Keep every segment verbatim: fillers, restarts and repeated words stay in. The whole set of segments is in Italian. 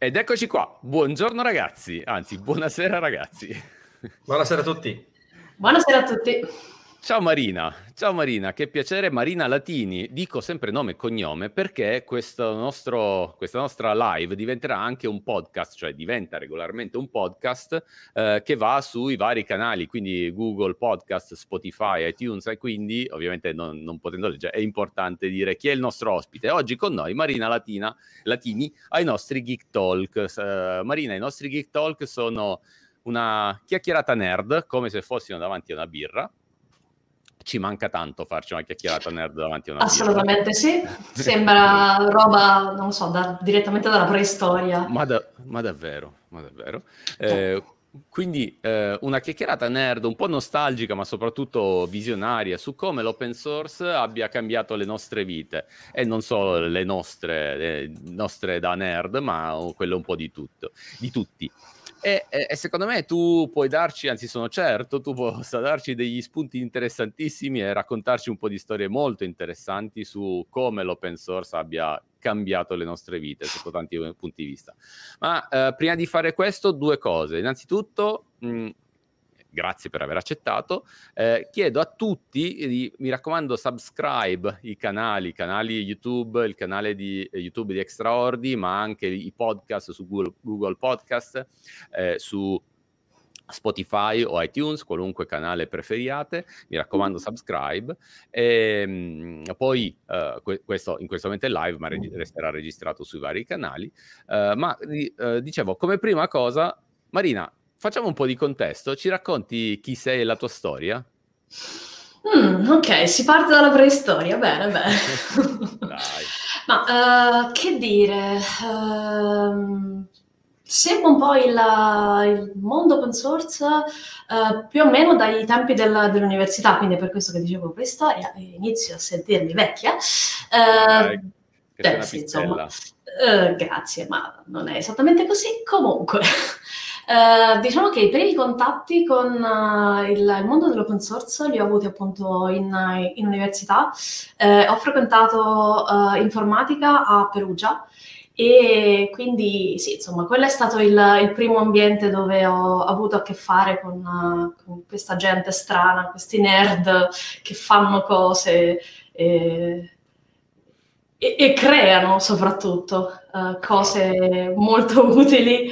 Ed eccoci qua, buongiorno ragazzi, anzi buonasera ragazzi. Buonasera a tutti. Buonasera a tutti. Ciao Marina, ciao Marina, che piacere, Marina Latini, dico sempre nome e cognome perché questo nostro, questa nostra live diventerà anche un podcast, cioè diventa regolarmente un podcast eh, che va sui vari canali, quindi Google Podcast, Spotify, iTunes, e quindi ovviamente non, non potendo leggere è importante dire chi è il nostro ospite. Oggi con noi Marina Latina, Latini ai nostri Geek Talk. Uh, Marina, i nostri Geek Talk sono una chiacchierata nerd, come se fossimo davanti a una birra. Ci manca tanto farci una chiacchierata nerd davanti a una Assolutamente birra. Sì, sembra roba, non so, da, direttamente dalla preistoria. Ma, da, ma davvero, ma davvero. Eh, quindi eh, una chiacchierata nerd un po' nostalgica, ma soprattutto visionaria su come l'open source abbia cambiato le nostre vite. E non solo le nostre, le nostre da nerd, ma quelle un po' di tutto, di tutti. E, e, e secondo me tu puoi darci, anzi sono certo, tu possa darci degli spunti interessantissimi e raccontarci un po' di storie molto interessanti su come l'open source abbia cambiato le nostre vite sotto tanti punti di vista. Ma eh, prima di fare questo, due cose. Innanzitutto, mh, grazie per aver accettato. Eh, chiedo a tutti, di, mi raccomando, subscribe i canali, i canali YouTube, il canale di eh, YouTube di Extraordi, ma anche i podcast su Google, Google Podcast, eh, su Spotify o iTunes, qualunque canale preferiate, mi raccomando subscribe. E, mh, poi uh, que- questo in questo momento è live, ma reg- resterà registrato sui vari canali. Uh, ma uh, dicevo, come prima cosa, Marina, facciamo un po' di contesto, ci racconti chi sei e la tua storia? Mm, ok, si parte dalla preistoria, bene, bene. Dai. Ma uh, che dire, uh, seguo un po' il, il mondo open source uh, più o meno dai tempi del, dell'università, quindi è per questo che dicevo preistoria, inizio a sentirmi vecchia. Uh, Dai, che beh, sei una sì, pizzella. insomma, uh, grazie, ma non è esattamente così. Comunque... Uh, diciamo che i primi contatti con uh, il, il mondo dell'open source li ho avuti appunto in, in università. Uh, ho frequentato uh, informatica a Perugia e quindi sì, insomma, quello è stato il, il primo ambiente dove ho avuto a che fare con, uh, con questa gente strana, questi nerd che fanno cose e, e, e creano soprattutto uh, cose molto utili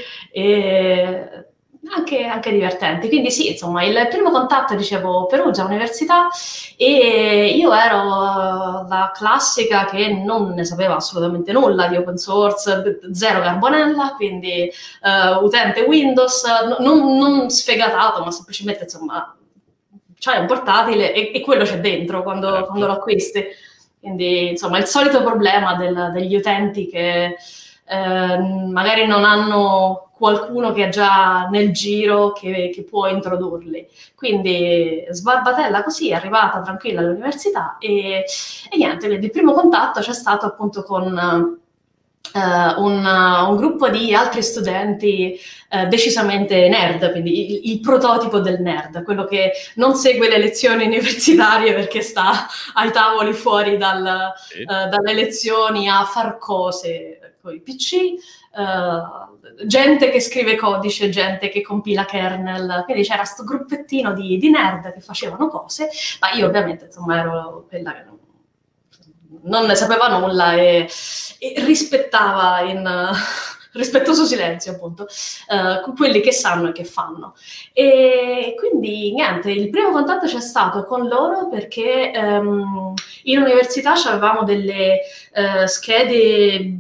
e anche, anche divertenti. Quindi sì, insomma, il primo contatto, dicevo, Perugia, università, e io ero la classica che non ne sapeva assolutamente nulla di open source, zero carbonella, quindi uh, utente Windows, non, non sfegatato, ma semplicemente, insomma, c'hai un portatile e, e quello c'è dentro quando, certo. quando lo acquisti. Quindi, insomma, il solito problema del, degli utenti che eh, magari non hanno qualcuno che è già nel giro che, che può introdurli. Quindi sbarbatella così, è arrivata tranquilla all'università e, e niente, quindi il primo contatto c'è stato appunto con uh, un, un gruppo di altri studenti uh, decisamente nerd, quindi il, il prototipo del nerd, quello che non segue le lezioni universitarie perché sta ai tavoli fuori dal, sì. uh, dalle lezioni a far cose con i P C, uh, gente che scrive codice, gente che compila kernel, quindi c'era questo gruppettino di, di nerd che facevano cose, ma io ovviamente insomma ero quella che non, non ne sapeva nulla e, e rispettava in uh, rispettoso silenzio appunto uh, quelli che sanno e che fanno. E quindi niente, il primo contatto c'è stato con loro perché um, in università avevamo delle uh, schede.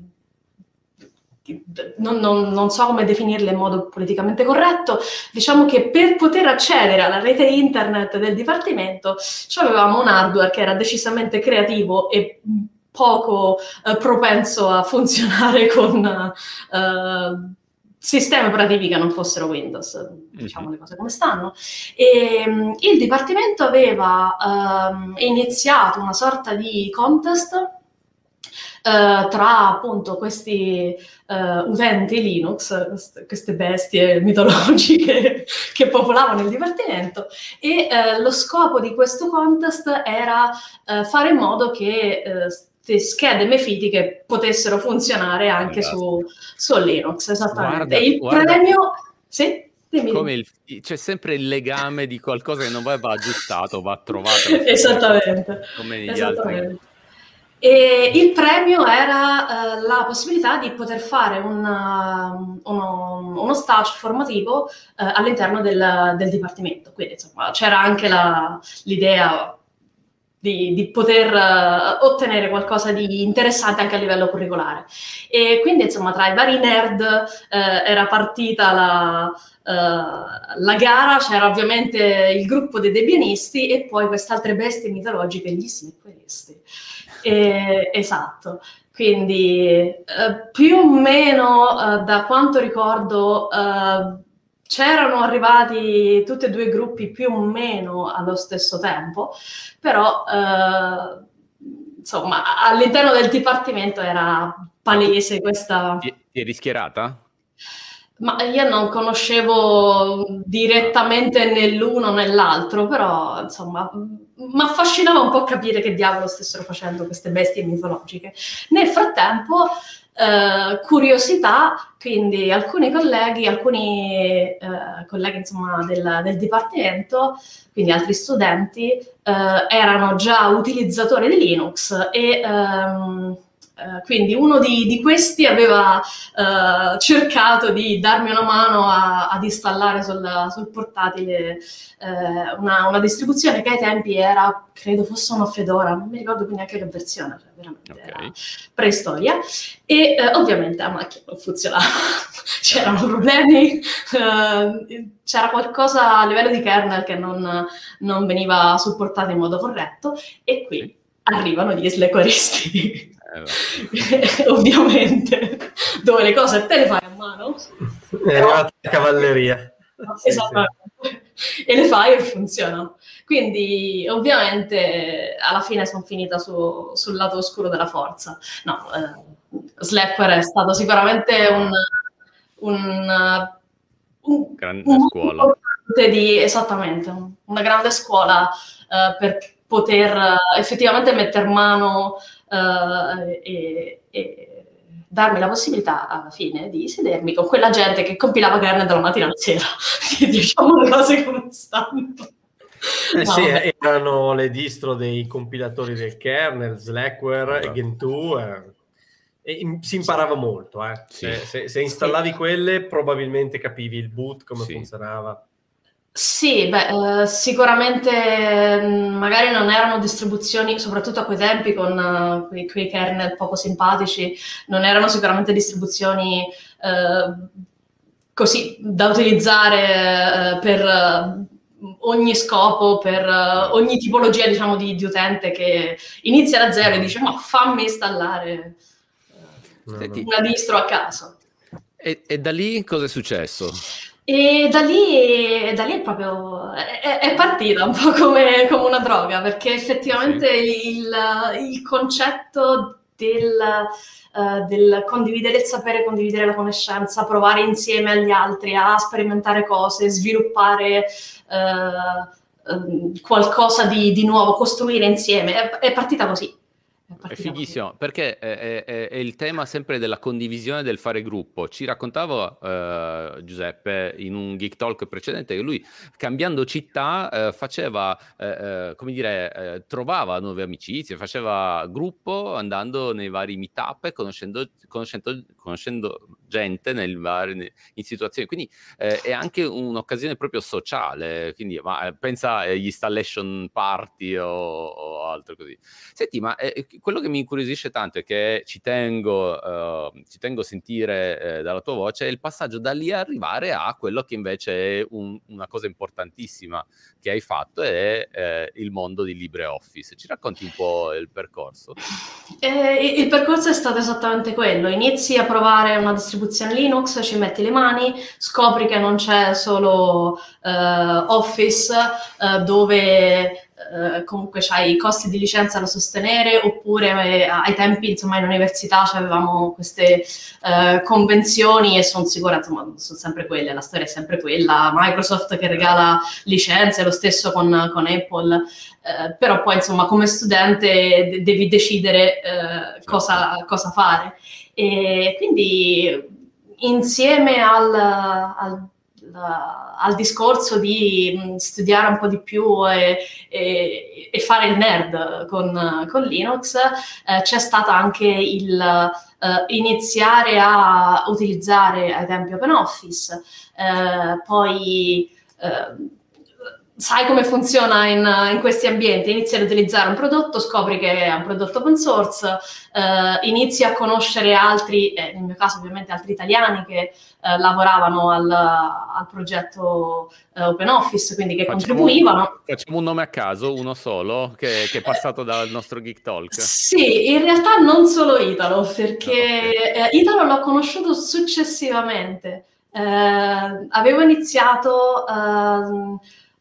Non, non, non so come definirle in modo politicamente corretto, diciamo che per poter accedere alla rete internet del dipartimento avevamo un hardware che era decisamente creativo e poco eh, propenso a funzionare con eh, sistemi operativi che non fossero Windows, diciamo le cose come stanno. E, um, il dipartimento aveva um, iniziato una sorta di contest Uh, tra appunto questi uh, utenti Linux, queste, queste bestie mitologiche che popolavano il dipartimento, e uh, lo scopo di questo contest era uh, fare in modo che uh, schede MeFiti che potessero funzionare anche su, su Linux, esattamente. Guarda, e il guarda. premio... Sì? Come il, c'è sempre il legame di qualcosa che non va, va aggiustato, va trovato. Esattamente. Come negli Esattamente. altri. E il premio era uh, la possibilità di poter fare un, uh, uno, uno stage formativo uh, all'interno del, del dipartimento. Quindi insomma c'era anche la, l'idea di, di poter uh, ottenere qualcosa di interessante anche a livello curricolare. E quindi insomma tra i vari nerd uh, era partita la... Uh, la gara, c'era ovviamente il gruppo dei debianisti e poi queste altre bestie mitologiche, gli sniperisti. E, esatto, quindi uh, più o meno uh, da quanto ricordo uh, c'erano arrivati tutti e due i gruppi più o meno allo stesso tempo, però uh, insomma all'interno del dipartimento era palese questa... Ti, ti eri schierata? Ma io non conoscevo direttamente né l'uno né l'altro, però insomma mi affascinava un po' capire che diavolo stessero facendo queste bestie mitologiche. Nel frattempo, eh, curiosità, quindi alcuni colleghi, alcuni eh, colleghi insomma del, del dipartimento, quindi altri studenti, eh, erano già utilizzatori di Linux e... Ehm, Uh, quindi uno di, di questi aveva uh, cercato di darmi una mano a, ad installare sul, sul portatile uh, una, una distribuzione che ai tempi era, credo fosse una Fedora, non mi ricordo più neanche che versione, cioè veramente okay. Era preistoria, e uh, ovviamente a macchina non funzionava, c'erano problemi, uh, c'era qualcosa a livello di kernel che non, non veniva supportato in modo corretto, e qui arrivano gli slackeristi. Eh, ovviamente, dove le cose te le fai a mano, è arrivata la cavalleria, esattamente, sì, sì. E le fai e funzionano. Quindi ovviamente alla fine sono finita su, sul lato oscuro della forza. No, eh, Slackware è stato sicuramente un, un, un grande un scuola di, esattamente, una grande scuola eh, per poter uh, effettivamente metter mano uh, e, e darmi la possibilità alla fine di sedermi con quella gente che compilava kernel dalla mattina alla sera. Diciamo le cose come stanno. Eh no, sì, vabbè. Erano le distro dei compilatori del kernel, Slackware e Gentoo, eh, e in, si imparava molto. Eh. Sì. Se, se, se installavi sì. quelle, probabilmente capivi il boot, come sì. funzionava. Sì, beh, eh, sicuramente mh, magari non erano distribuzioni, soprattutto a quei tempi con uh, quei, quei kernel poco simpatici, non erano sicuramente distribuzioni uh, così da utilizzare uh, per uh, ogni scopo, per uh, ogni tipologia, diciamo, di, di utente che inizia da zero e dice ma fammi installare uh, no, no. una distro a caso. E, e da lì cosa è successo? E da lì, da lì è proprio è, è partita un po' come, come una droga, perché effettivamente sì. il, il concetto del, uh, del condividere il sapere, condividere la conoscenza, provare insieme agli altri a sperimentare cose, sviluppare uh, uh, qualcosa di, di nuovo, costruire insieme, è, è partita così. È fighissimo, così. Perché è, è, è il tema sempre della condivisione, del fare gruppo. Ci raccontava uh, Giuseppe in un Geek Talk precedente che lui, cambiando città, uh, faceva, uh, uh, come dire, uh, trovava nuove amicizie, faceva gruppo andando nei vari meetup e conoscendo, conoscendo, conoscendo gente nel vari, in situazioni. Quindi uh, è anche un'occasione proprio sociale, quindi ma, pensa agli installation party o, o altro così. Senti, ma eh, quello che mi incuriosisce tanto e che ci tengo, uh, ci tengo a sentire eh, dalla tua voce è il passaggio da lì a arrivare a quello che invece è un, una cosa importantissima che hai fatto, è eh, il mondo di LibreOffice. Ci racconti un po' il percorso? Eh, il percorso è stato esattamente quello. Inizi a provare una distribuzione Linux, ci metti le mani, scopri che non c'è solo uh, Office uh, dove eh, comunque c'hai i costi di licenza da sostenere, oppure eh, ai tempi, insomma, in università avevamo queste eh, convenzioni e sono sicura, insomma, sono sempre quelle, la storia è sempre quella, Microsoft che regala licenze, lo stesso con, con Apple, eh, però poi, insomma, come studente de- devi decidere eh, cosa, cosa fare. E quindi insieme al, al, al discorso di mh, studiare un po' di più e, e, e fare il nerd con, con Linux, eh, c'è stato anche il eh, iniziare a utilizzare ai tempi OpenOffice, eh, poi eh, sai come funziona in, in questi ambienti, inizi ad utilizzare un prodotto, scopri che è un prodotto open source, eh, inizi a conoscere altri, eh, nel mio caso ovviamente altri italiani che eh, lavoravano al, al progetto eh, OpenOffice, quindi che facciamo, contribuivano. Facciamo un nome a caso, uno solo, che, che è passato dal nostro Geek Talk. Sì, in realtà non solo Italo, perché okay. eh, Italo l'ho conosciuto successivamente. Eh, avevo iniziato eh,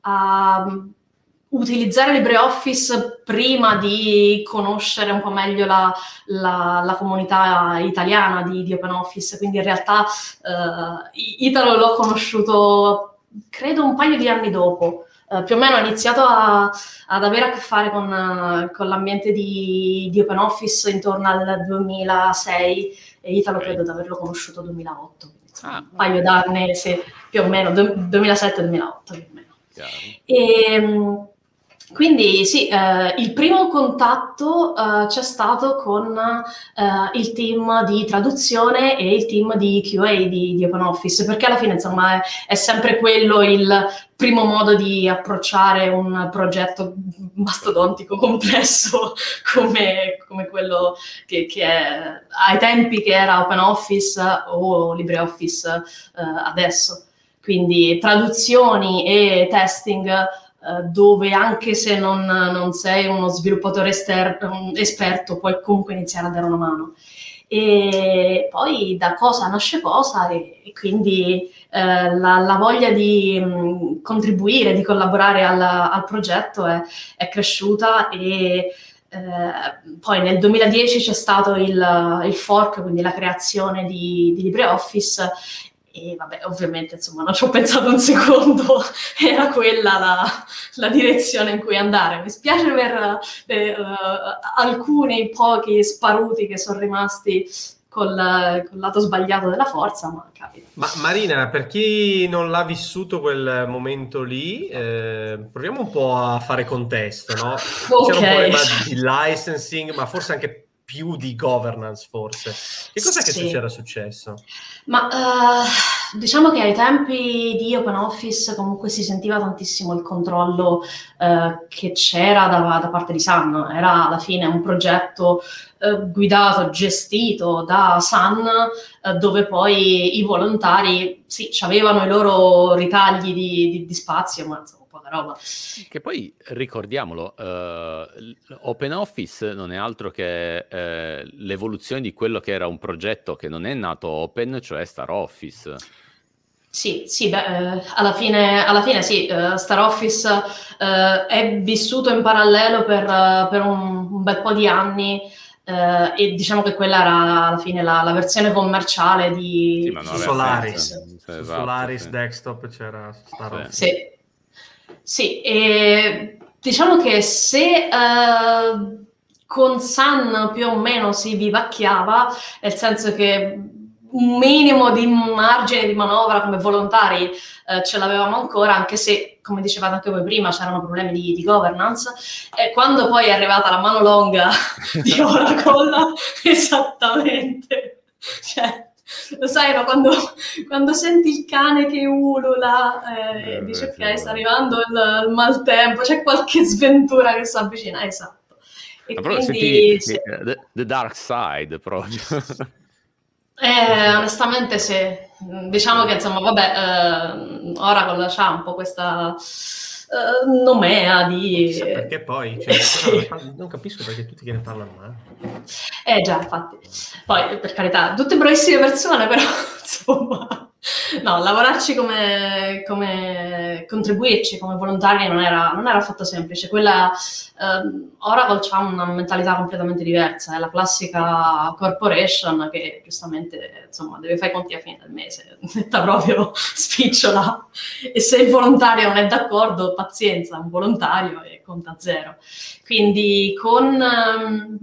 a utilizzare LibreOffice prima di conoscere un po' meglio la, la, la comunità italiana di, di OpenOffice, quindi in realtà eh, Italo l'ho conosciuto credo un paio di anni dopo. Uh, più o meno ho iniziato a, ad avere a che fare con, uh, con l'ambiente di, di OpenOffice intorno al duemilasei e Italo okay. credo di averlo conosciuto nel duemilaotto, insomma, ah, un paio okay. d'anni, sì, più o meno, duemilasette duemilaotto più o meno. E, um, quindi sì, eh, il primo contatto eh, c'è stato con eh, il team di traduzione e il team di Q A di, di OpenOffice, perché alla fine insomma è, è sempre quello il primo modo di approcciare un progetto mastodontico, complesso come, come quello che, che è ai tempi che era OpenOffice o LibreOffice eh, adesso. Quindi traduzioni e testing dove anche se non, non sei uno sviluppatore esterno, esperto, puoi comunque iniziare a dare una mano. E poi da cosa nasce cosa e, e quindi eh, la, la voglia di mh, contribuire, di collaborare al, al progetto è, è cresciuta e eh, poi nel duemiladieci c'è stato il, il fork, quindi la creazione di, di LibreOffice. E vabbè, ovviamente, insomma, non ci ho pensato un secondo, era quella la, la direzione in cui andare. Mi spiace per eh, uh, alcuni pochi sparuti che sono rimasti col, col lato sbagliato della forza, ma capita. Ma Marina, per chi non l'ha vissuto quel momento lì, eh, proviamo un po' a fare contesto, no? Okay. C'era un problema di licensing, ma forse anche più di governance, forse. Che cos'è sì. che c'era successo? Ma uh, diciamo che ai tempi di OpenOffice comunque si sentiva tantissimo il controllo uh, che c'era da, da parte di Sun. Era alla fine un progetto uh, guidato, gestito da Sun, uh, dove poi i volontari sì, avevano i loro ritagli di, di, di spazio, ma insomma, poca roba. Che poi, ricordiamolo, uh, OpenOffice non è altro che uh, l'evoluzione di quello che era un progetto che non è nato open, cioè StarOffice. Sì, sì, beh, eh, alla fine, alla fine sì, uh, StarOffice uh, è vissuto in parallelo per, uh, per un, un bel po' di anni uh, e diciamo che quella era alla fine la, la versione commerciale di, sì, su Solaris. Sì, su esatto, Solaris sì. Desktop c'era StarOffice. Sì. Sì, e diciamo che se uh, con Sun più o meno si vivacchiava, nel senso che un minimo di margine di manovra come volontari uh, ce l'avevamo ancora, anche se, come dicevate anche voi prima, c'erano problemi di, di governance, e quando poi è arrivata la mano longa di Oracle, esattamente, cioè... Lo sai, no? quando, quando senti il cane che ulula e eh, dici ok, sta arrivando il, il maltempo, c'è qualche sventura che si avvicina, esatto. E ma quindi, senti, sì. the, the dark side proprio. Eh, onestamente sì, diciamo che insomma vabbè, eh, Oracle c'ha un po' questa eh, nomea di... Chissà perché poi, cioè, sì. Non capisco perché tutti che ne parlano male. Eh già, infatti, poi per carità, tutte bravissime persone, però insomma... No, lavorarci come, come contribuirci come volontari non era, non era affatto semplice. Quella, ehm, Oracle ha una mentalità completamente diversa, è la classica corporation che giustamente insomma deve fare i conti a fine del mese, detta proprio spicciola, e se il volontario non è d'accordo, pazienza, un volontario e conta zero. Quindi con um,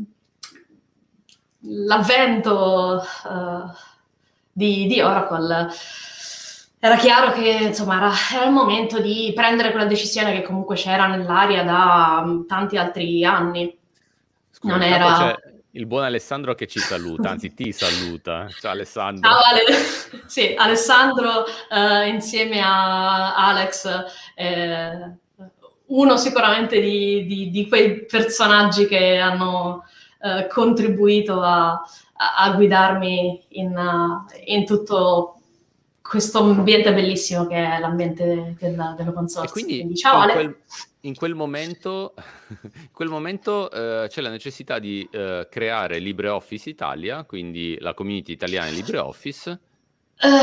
l'avvento uh, di, di Oracle era chiaro che insomma era, era il momento di prendere quella decisione che comunque c'era nell'aria da um, tanti altri anni. Scusa, non era... c'è il buon Alessandro che ci saluta, anzi ti saluta. Ciao Alessandro. Ciao Ale... sì, Alessandro uh, insieme a Alex, eh, uno sicuramente di, di, di quei personaggi che hanno uh, contribuito a, a, a guidarmi in, uh, in tutto questo ambiente bellissimo che è l'ambiente del, dell'open source. E quindi, quindi ciao in Ale. Quel, in quel momento, in quel momento uh, c'è la necessità di uh, creare LibreOffice Italia, quindi la community italiana di LibreOffice. Uh,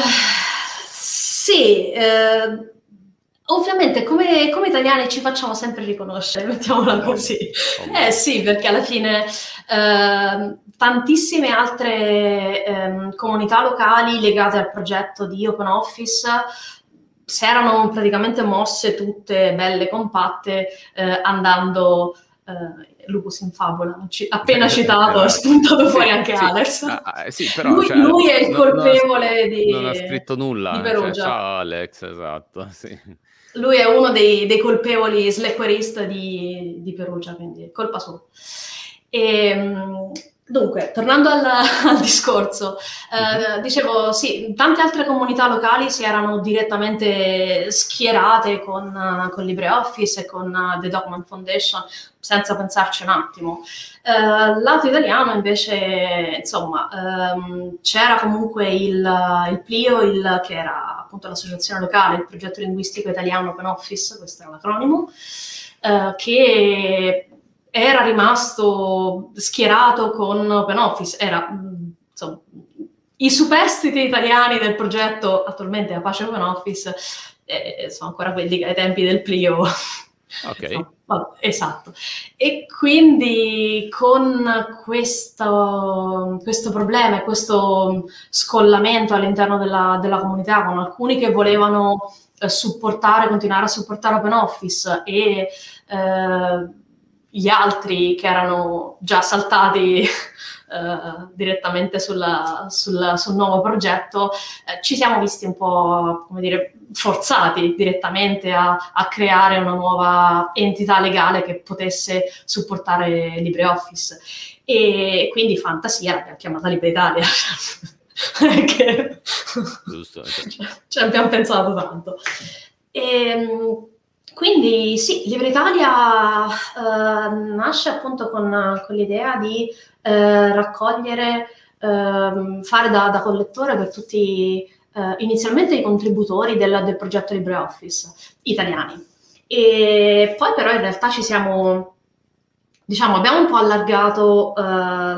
sì, uh, ovviamente come, come italiani ci facciamo sempre riconoscere, mettiamola così. Eh sì, perché alla fine uh, tantissime altre um, comunità locali legate al progetto di OpenOffice si erano praticamente mosse tutte belle, compatte, eh, andando eh, lupus in favola, c- appena citato, è spuntato fuori sì, anche sì. Alex. Ah, sì, però, lui, cioè, lui è il non, colpevole non ha, di non ha scritto nulla, di Perugia. Cioè, ciao Alex, esatto, sì. Lui è uno dei, dei colpevoli slackwaristi di, di Perugia, quindi è colpa sua. E, dunque, tornando al, al discorso, eh, dicevo, sì, tante altre comunità locali si erano direttamente schierate con, con LibreOffice e con uh, The Document Foundation, senza pensarci un attimo. Uh, lato italiano, invece, insomma, um, c'era comunque il, il Plio, il, che era appunto l'associazione locale, il progetto linguistico italiano OpenOffice, questo era l'acronimo, uh, che era rimasto schierato con OpenOffice, era, insomma, i superstiti italiani del progetto, attualmente Apache OpenOffice, eh, sono ancora quelli che ai tempi del Plio. Ok. Insomma, vabbè, esatto. E quindi con questo, questo problema e questo scollamento all'interno della, della comunità, con alcuni che volevano eh, supportare, continuare a supportare OpenOffice e eh, gli altri che erano già saltati eh, direttamente sulla, sulla, sul nuovo progetto, eh, ci siamo visti un po', come dire, forzati direttamente a, a creare una nuova entità legale che potesse supportare LibreOffice. E quindi Fantasia l'abbiamo chiamata LibreItalia. che... Giusto. Ci abbiamo pensato tanto. E, quindi sì, LibreItalia eh, nasce appunto con, con l'idea di eh, raccogliere, eh, fare da, da collettore per tutti, eh, inizialmente i contributori del, del progetto LibreOffice italiani. E poi però in realtà ci siamo, diciamo, abbiamo un po' allargato eh,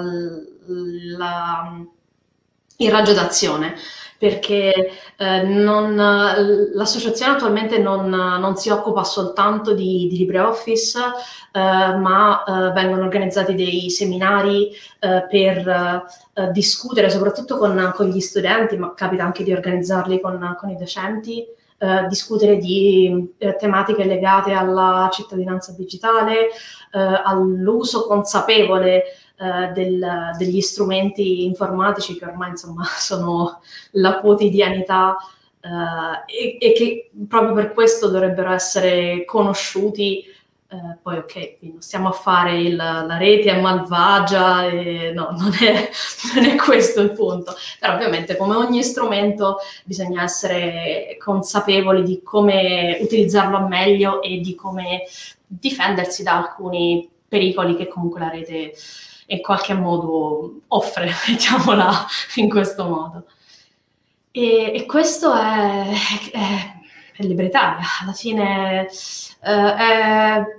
la, il raggio d'azione, perché eh, non, l'associazione attualmente non, non si occupa soltanto di, di LibreOffice, eh, ma eh, vengono organizzati dei seminari eh, per eh, discutere, soprattutto con, con gli studenti, ma capita anche di organizzarli con, con i docenti, eh, discutere di eh, tematiche legate alla cittadinanza digitale, eh, all'uso consapevole Uh, del, degli strumenti informatici che ormai insomma sono la quotidianità uh, e, e che proprio per questo dovrebbero essere conosciuti. Uh, poi ok, non stiamo a fare il, la rete è malvagia, e no, non è, non è questo il punto, però ovviamente come ogni strumento bisogna essere consapevoli di come utilizzarlo al meglio e di come difendersi da alcuni pericoli che comunque la rete in qualche modo offre, mettiamola in questo modo. E, e questo è, è, è LibreItalia. Alla fine eh, è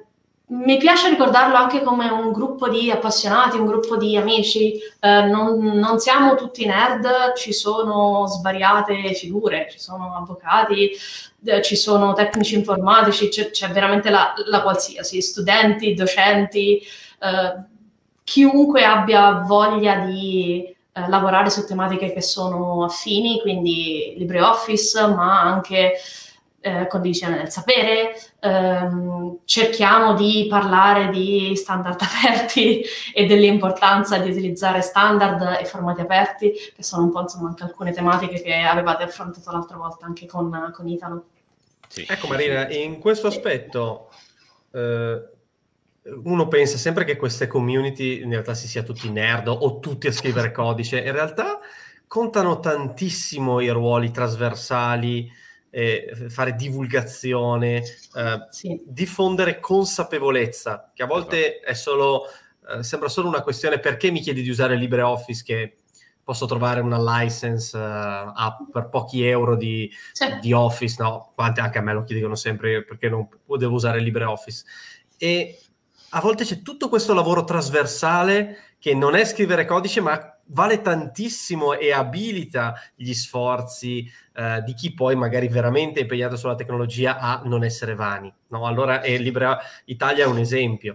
mi piace ricordarlo anche come un gruppo di appassionati, un gruppo di amici, eh, non, non siamo tutti nerd, ci sono svariate figure, ci sono avvocati, eh, ci sono tecnici informatici, c'è, c'è veramente la, la qualsiasi, studenti, docenti, eh, chiunque abbia voglia di eh, lavorare su tematiche che sono affini, quindi LibreOffice, ma anche Eh, condivisione del sapere, ehm, cerchiamo di parlare di standard aperti e dell'importanza di utilizzare standard e formati aperti, che sono un po' insomma anche alcune tematiche che avevate affrontato l'altra volta anche con, con Italo. Sì. Ecco Marina, in questo aspetto eh, uno pensa sempre che queste community in realtà si sia tutti nerd o tutti a scrivere codice, in realtà contano tantissimo i ruoli trasversali, Eh, fare divulgazione, eh, sì. diffondere consapevolezza, che a volte è solo, eh, sembra solo una questione: perché mi chiedi di usare LibreOffice che posso trovare una license uh, a, per pochi euro di, sì. di Office, no? Quante anche a me lo chiedono sempre, perché non devo usare LibreOffice. E a volte c'è tutto questo lavoro trasversale che non è scrivere codice, ma vale tantissimo e abilita gli sforzi eh, di chi poi magari veramente è impegnato sulla tecnologia a non essere vani, no? Allora è Libre Italia è un esempio.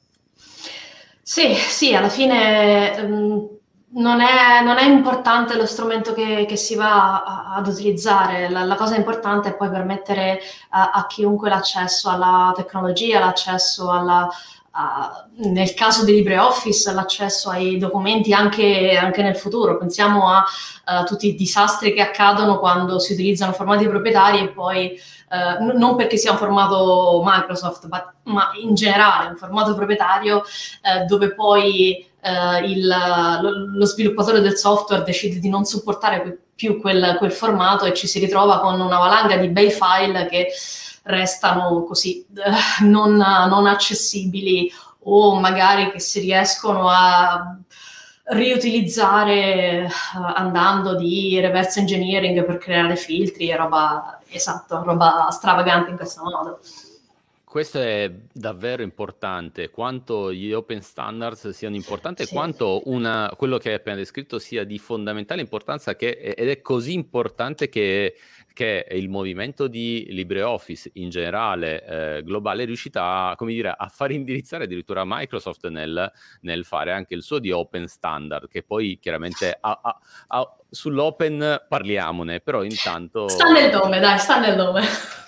Sì, sì, alla fine um, non, è, non è importante lo strumento che, che si va a, ad utilizzare, la, la cosa importante è poi permettere a, a chiunque l'accesso alla tecnologia, l'accesso alla... Uh, nel caso di LibreOffice l'accesso ai documenti anche, anche nel futuro. Pensiamo a uh, tutti i disastri che accadono quando si utilizzano formati proprietari e poi uh, n- non perché sia un formato Microsoft, ma, ma in generale un formato proprietario uh, dove poi uh, il, lo, lo sviluppatore del software decide di non supportare più quel, quel formato e ci si ritrova con una valanga di bei file che restano così eh, non, non accessibili, o magari che si riescono a riutilizzare eh, andando di reverse engineering per creare filtri e roba, esatto, roba stravagante in questo modo. Questo è davvero importante, quanto gli open standards siano importanti, sì. E quanto una, quello che hai appena descritto sia di fondamentale importanza, che, ed è così importante che, che il movimento di LibreOffice in generale eh, globale è riuscita a, come dire, a far indirizzare addirittura Microsoft nel, nel fare anche il suo di open standard, che poi chiaramente ha, ha, ha, sull'open parliamone, però intanto... Sta nel nome, dai, sta nel nome.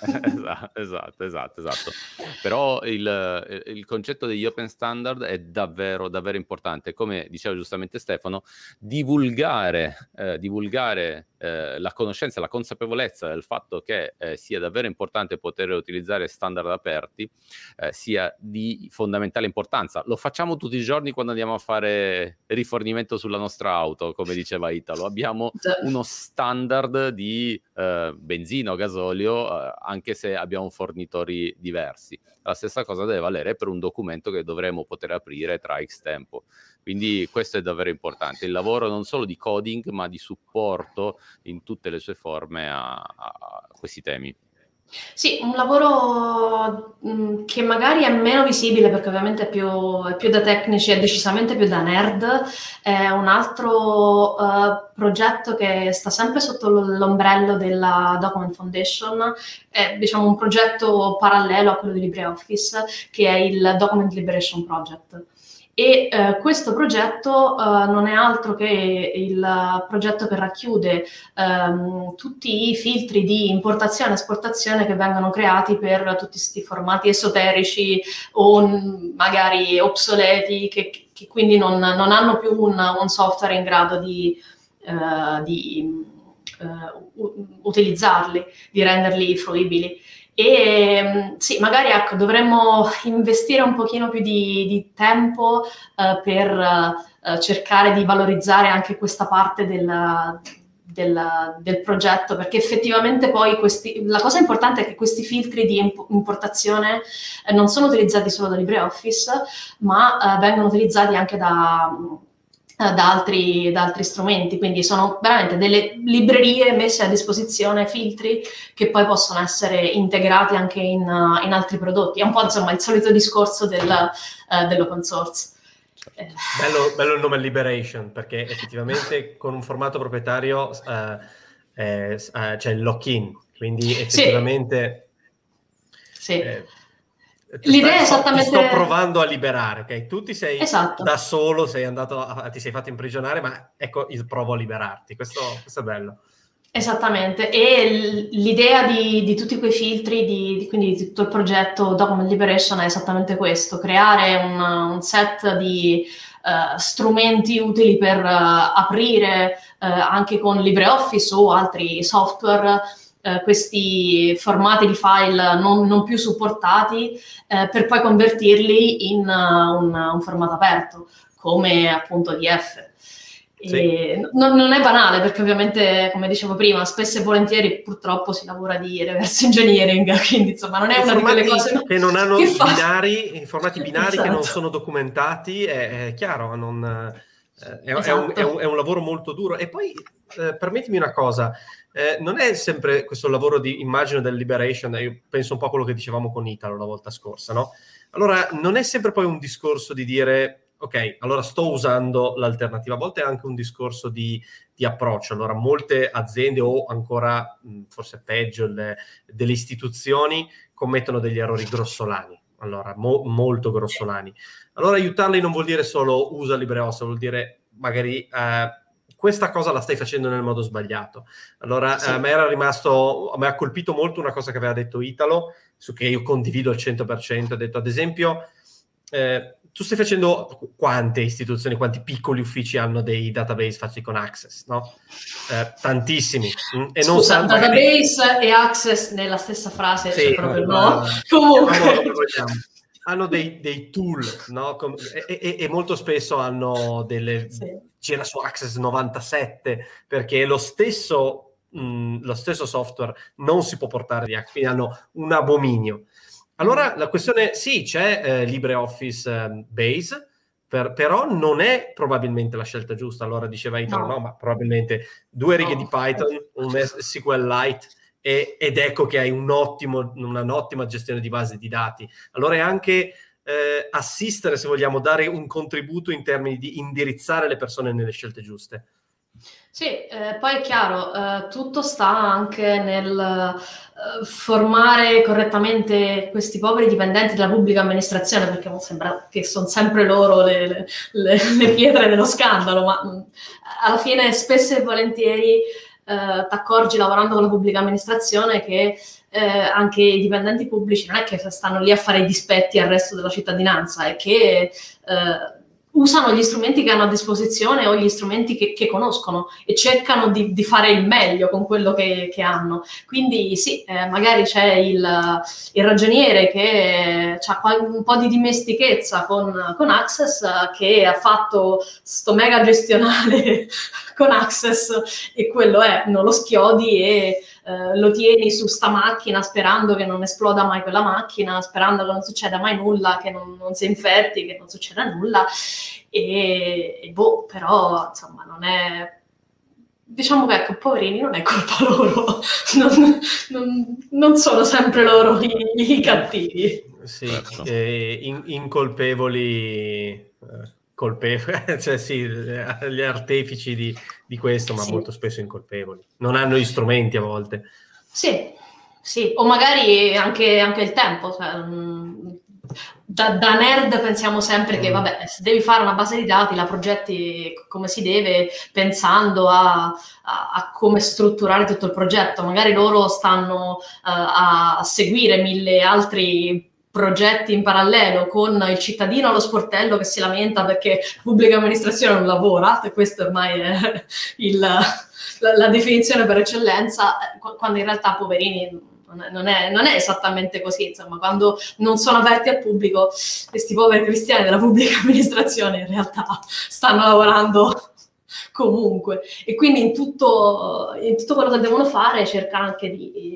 esatto, esatto, esatto. Però il, il concetto degli open standard è davvero, davvero importante. Come diceva giustamente Stefano, divulgare, eh, divulgare eh, la conoscenza, la consapevolezza del fatto che eh, sia davvero importante poter utilizzare standard aperti, eh, sia di fondamentale importanza. Lo facciamo tutti i giorni quando andiamo a fare rifornimento sulla nostra auto, come diceva Italo. Abbiamo uno standard di eh, benzina o gasolio, eh, anche se abbiamo fornitori diversi. La stessa cosa deve valere per un documento che dovremo poter aprire tra X tempo. Quindi questo è davvero importante, il lavoro non solo di coding ma di supporto in tutte le sue forme a, a questi temi. Sì, un lavoro mh, che magari è meno visibile perché ovviamente è più, è più da tecnici, è decisamente più da nerd. È un altro uh, progetto che sta sempre sotto l'ombrello della Document Foundation, è diciamo un progetto parallelo a quello di LibreOffice, che è il Document Liberation Project. E eh, questo progetto eh, non è altro che il progetto che racchiude ehm, tutti i filtri di importazione e esportazione che vengono creati per tutti questi formati esoterici o n- magari obsoleti, che, che quindi non, non hanno più un, un software in grado di, eh, di uh, utilizzarli, di renderli fruibili. E sì, magari ecco, dovremmo investire un pochino più di, di tempo uh, per uh, cercare di valorizzare anche questa parte del, del, del progetto, perché effettivamente poi questi, la cosa importante è che questi filtri di imp- importazione eh, non sono utilizzati solo da LibreOffice, ma uh, vengono utilizzati anche da da altri, da altri strumenti, quindi sono veramente delle librerie messe a disposizione, filtri che poi possono essere integrati anche in, uh, in altri prodotti. È un po' insomma il solito discorso del, uh, dell'open source. Bello, bello il nome Liberation, perché effettivamente con un formato proprietario uh, eh, uh, c'è il lock-in, quindi effettivamente... Sì. Eh, L'idea è sto, esattamente... ti sto provando a liberare, ok? Tu ti sei esatto. da solo, sei andato a, ti sei fatto imprigionare, ma ecco, io provo a liberarti. Questo, questo è bello. Esattamente, e l'idea di, di tutti quei filtri, di, di, quindi di tutto il progetto Document Liberation è esattamente questo, creare un, un set di uh, strumenti utili per uh, aprire uh, anche con LibreOffice o altri software Uh, questi formati di file non, non più supportati uh, per poi convertirli in uh, un, un formato aperto come appunto D F. Sì. Non, non è banale perché ovviamente, come dicevo prima, spesso e volentieri purtroppo si lavora di reverse engineering, quindi insomma non è I una di quelle cose che non hanno che binari, i formati binari esatto. Che non sono documentati, è, è chiaro, non, eh, è, esatto. è, un, è, un, è un lavoro molto duro. E poi eh, permettimi una cosa, eh, non è sempre questo lavoro di immagine del Liberation, io penso un po' a quello che dicevamo con Italo la volta scorsa, no? Allora non è sempre poi un discorso di dire ok, allora sto usando l'alternativa, a volte è anche un discorso di, di approccio. Allora molte aziende o ancora forse peggio le, delle istituzioni commettono degli errori grossolani, allora mo, molto grossolani. Allora aiutarli non vuol dire solo usa LibreOffice, vuol dire magari eh, questa cosa la stai facendo nel modo sbagliato. Allora sì. a me era rimasto, a me ha colpito molto una cosa che aveva detto Italo, su che io condivido al cento per cento, ha detto ad esempio eh, tu stai facendo quante istituzioni, quanti piccoli uffici hanno dei database fatti con Access, no? Eh, tantissimi. Mm? E Scusa, non sa, database magari... e Access nella stessa frase, sì, cioè proprio ma... no. Comunque. Hanno dei, dei tool, no? Com- e, e, e molto spesso hanno delle... Sì. C'era su Access novantasette, perché lo stesso, mh, lo stesso software non si può portare di Access, quindi hanno un abominio. Allora la questione, sì, c'è eh, LibreOffice eh, Base, per, però non è probabilmente la scelta giusta. Allora diceva Italo, no. no, ma probabilmente due righe no. di Python, un SQLite, e, ed ecco che hai un ottimo, una, un'ottima gestione di base di dati. Allora è anche eh, assistere, se vogliamo, dare un contributo in termini di indirizzare le persone nelle scelte giuste. Sì, eh, poi è chiaro, eh, tutto sta anche nel eh, formare correttamente questi poveri dipendenti della pubblica amministrazione, perché mi sembra che sono sempre loro le, le, le, le pietre dello scandalo, ma mh, alla fine spesso e volentieri eh, ti accorgi lavorando con la pubblica amministrazione che eh, anche i dipendenti pubblici non è che stanno lì a fare i dispetti al resto della cittadinanza, è che... Eh, usano gli strumenti che hanno a disposizione o gli strumenti che, che conoscono e cercano di, di fare il meglio con quello che, che hanno. Quindi sì, eh, magari c'è il, il ragioniere che ha un po' di dimestichezza con, con Access, eh, che ha fatto sto mega gestionale con Access e quello è, non lo schiodi e Uh, lo tieni su sta macchina sperando che non esploda mai quella macchina, sperando che non succeda mai nulla, che non, non si inferti, che non succeda nulla e, e boh, però insomma non è, diciamo che ecco, poverini, non è colpa loro, non, non, non sono sempre loro i, i cattivi. Sì, eh, in, incolpevoli... Eh. colpevoli, cioè sì, gli artefici di, di questo, ma sì. molto spesso incolpevoli. Non hanno gli strumenti a volte. Sì, sì, o magari anche, anche il tempo. Cioè, da, da nerd pensiamo sempre mm. che, vabbè, se devi fare una base di dati, la progetti come si deve, pensando a, a, a come strutturare tutto il progetto. Magari loro stanno uh, a seguire mille altri progetti in parallelo con il cittadino allo sportello che si lamenta perché la pubblica amministrazione non lavora, e questo ormai è il, la, la definizione per eccellenza, quando in realtà, poverini, non è, non è esattamente così. Insomma, quando non sono aperti al pubblico, questi poveri cristiani della pubblica amministrazione in realtà stanno lavorando comunque, e quindi in tutto, in tutto quello che devono fare cerca anche di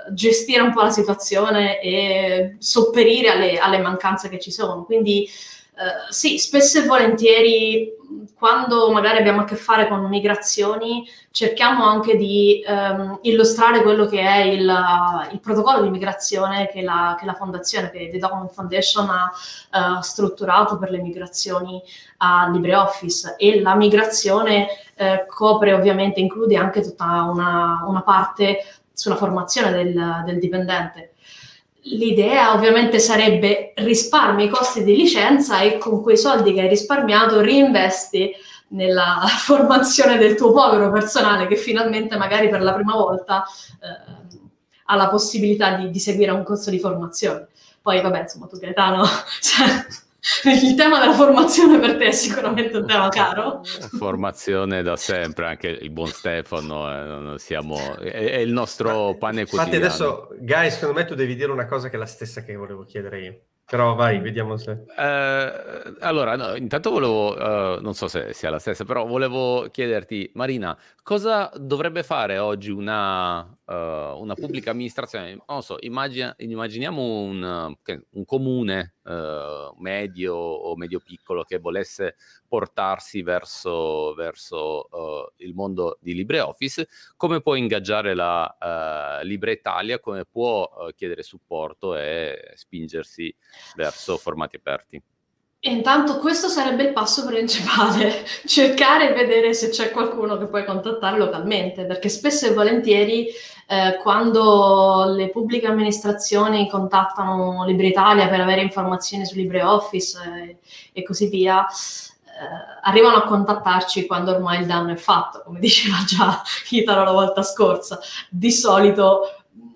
gestire un po' la situazione e sopperire alle, alle mancanze che ci sono. Quindi Uh, sì, spesso e volentieri quando magari abbiamo a che fare con migrazioni cerchiamo anche di um, illustrare quello che è il, il protocollo di migrazione che la, che la fondazione, che The Document Foundation ha uh, strutturato per le migrazioni a LibreOffice, e la migrazione uh, copre ovviamente, include anche tutta una, una parte sulla formazione del, del dipendente. L'idea ovviamente sarebbe risparmi i costi di licenza e con quei soldi che hai risparmiato reinvesti nella formazione del tuo povero personale che finalmente magari per la prima volta eh, ha la possibilità di, di seguire un corso di formazione. Poi vabbè, insomma, tu Gaetano, cioè, il tema della formazione per te è sicuramente un tema caro. Formazione da sempre, anche il buon Stefano, eh, siamo, è, è il nostro pane quotidiano. Infatti adesso, Guy, secondo me tu devi dire una cosa che è la stessa che volevo chiedere io. Però vai, vediamo se... Eh, allora, no, intanto volevo, uh, non so se sia la stessa, però volevo chiederti, Marina, cosa dovrebbe fare oggi una, uh, una pubblica amministrazione? Non so, immagina, immaginiamo un, un comune uh, medio o medio piccolo che volesse portarsi verso, verso uh, il mondo di LibreOffice. Come può ingaggiare la uh, LibreItalia? Come può uh, chiedere supporto e spingersi verso formati aperti? E intanto questo sarebbe il passo principale, cercare e vedere se c'è qualcuno che puoi contattare localmente, perché spesso e volentieri eh, quando le pubbliche amministrazioni contattano LibreItalia per avere informazioni su LibreOffice e, e così via, eh, arrivano a contattarci quando ormai il danno è fatto, come diceva già Italo la volta scorsa. Di solito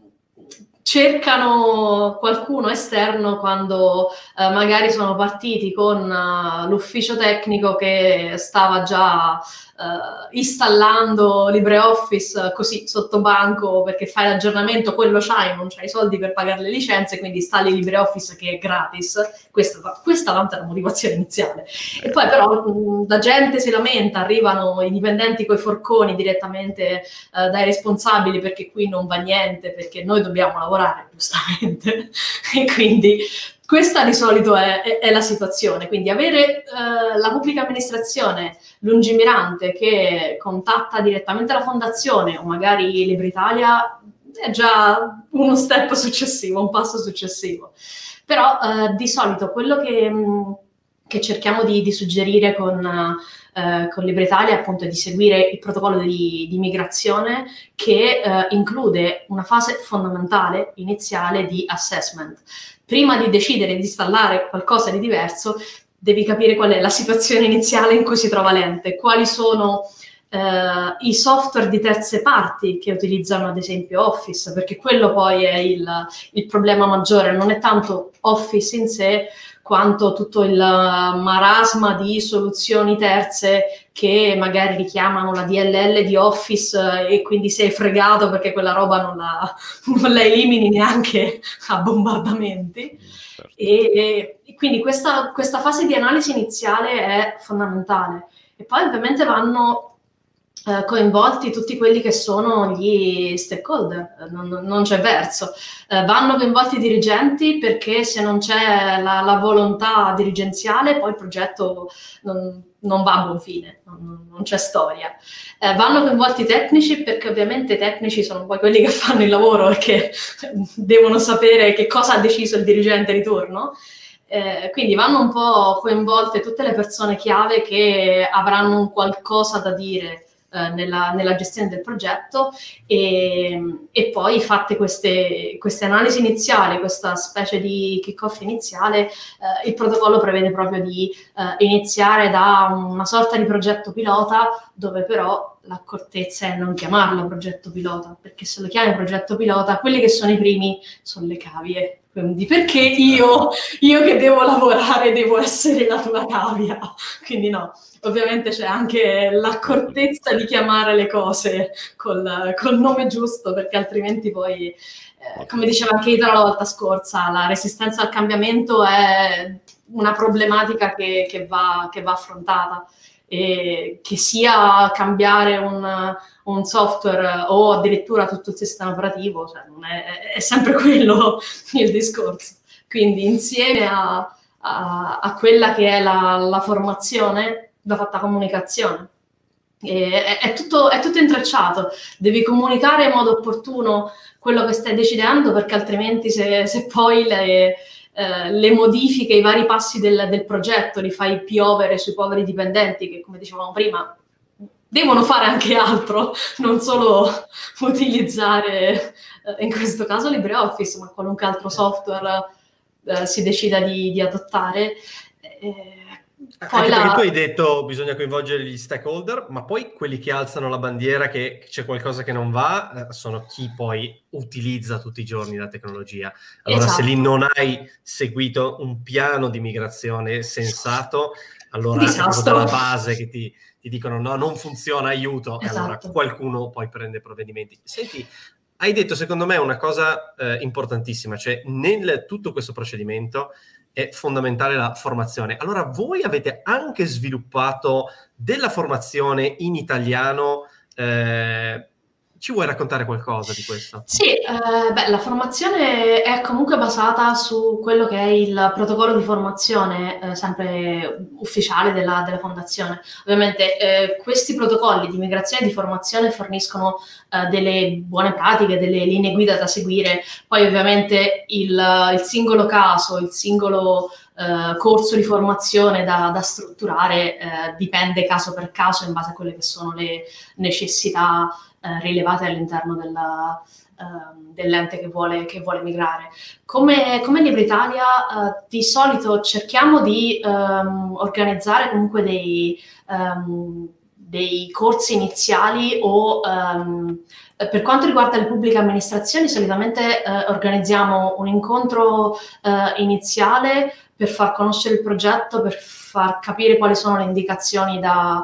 cercano qualcuno esterno quando eh, magari sono partiti con uh, l'ufficio tecnico che stava già uh, installando LibreOffice così sotto banco, perché fai l'aggiornamento, quello c'hai, non c'hai i soldi per pagare le licenze, quindi installi LibreOffice che è gratis. Questa, questa tanto è la motivazione iniziale. E poi però mh, la gente si lamenta, arrivano i dipendenti coi forconi direttamente uh, dai responsabili, perché qui non va niente, perché noi dobbiamo lavorare giustamente, e quindi questa di solito è, è, è la situazione. Quindi avere eh, la pubblica amministrazione lungimirante che contatta direttamente la fondazione o magari LibreItalia è già uno step successivo, un passo successivo. Però eh, di solito quello che, mh, che cerchiamo di, di suggerire con Uh, con LibreItalia appunto è di seguire il protocollo di, di migrazione che uh, include una fase fondamentale iniziale di assessment. Prima di decidere di installare qualcosa di diverso, devi capire qual è la situazione iniziale in cui si trova l'ente, quali sono uh, i software di terze parti che utilizzano ad esempio Office, perché quello poi è il, il problema maggiore, non è tanto Office in sé, quanto tutto il marasma di soluzioni terze che magari richiamano la D L L di Office e quindi sei fregato perché quella roba non la, non la elimini neanche a bombardamenti. Certo. E, e quindi questa, questa fase di analisi iniziale è fondamentale. E poi ovviamente vanno Uh, coinvolti tutti quelli che sono gli stakeholder, non, non c'è verso. Uh, vanno coinvolti i dirigenti, perché se non c'è la, la volontà dirigenziale poi il progetto non, non va a buon fine, non, non c'è storia. Uh, vanno coinvolti i tecnici, perché ovviamente i tecnici sono poi quelli che fanno il lavoro e che devono sapere che cosa ha deciso il dirigente di turno. Eh, quindi vanno un po' coinvolte tutte le persone chiave che avranno un qualcosa da dire Nella, nella gestione del progetto, e, e poi fatte queste, queste analisi iniziali, questa specie di kick-off iniziale, eh, il protocollo prevede proprio di eh, iniziare da una sorta di progetto pilota, dove però l'accortezza è non chiamarlo progetto pilota, perché se lo chiami progetto pilota, quelli che sono i primi sono le cavie. Quindi perché io, io che devo lavorare devo essere la tua cavia? Quindi no, ovviamente c'è anche l'accortezza di chiamare le cose col, col nome giusto, perché altrimenti poi, eh, come diceva anche Italo la volta scorsa, la resistenza al cambiamento è una problematica che, che, va, che va affrontata. E che sia cambiare un, un software o addirittura tutto il sistema operativo, cioè non è, è sempre quello il discorso. Quindi insieme a, a, a quella che è la, la formazione va fatta comunicazione. E è, è, tutto, è tutto intrecciato, devi comunicare in modo opportuno quello che stai decidendo, perché altrimenti se, se poi le, eh, le modifiche, i vari passi del, del progetto li fai piovere sui poveri dipendenti che, come dicevamo prima, devono fare anche altro, non solo utilizzare, eh, in questo caso LibreOffice, ma qualunque altro software eh, si decida di, di adottare. Eh, Poi Anche la... perché tu hai detto bisogna coinvolgere gli stakeholder, ma poi quelli che alzano la bandiera che c'è qualcosa che non va sono chi poi utilizza tutti i giorni la tecnologia. Allora esatto. Se lì non hai seguito un piano di migrazione sensato, allora è proprio dalla base che ti, ti dicono no, non funziona, aiuto, esatto. E allora qualcuno poi prende provvedimenti. Senti, hai detto secondo me una cosa eh, importantissima, cioè nel tutto questo procedimento è fondamentale la formazione. Allora voi avete anche sviluppato della formazione in italiano, eh, ci vuoi raccontare qualcosa di questo? Sì, eh, beh, la formazione è comunque basata su quello che è il protocollo di formazione, eh, sempre ufficiale della, della fondazione. Ovviamente eh, questi protocolli di migrazione e di formazione forniscono eh, delle buone pratiche, delle linee guida da seguire, poi ovviamente il, il singolo caso, il singolo eh, corso di formazione da, da strutturare eh, dipende caso per caso in base a quelle che sono le necessità Eh, rilevate all'interno della, uh, dell'ente che vuole, che vuole migrare. Come, come LibreItalia uh, di solito cerchiamo di um, organizzare comunque dei, um, dei corsi iniziali o um, per quanto riguarda le pubbliche amministrazioni solitamente uh, organizziamo un incontro uh, iniziale per far conoscere il progetto, per far capire quali sono le indicazioni da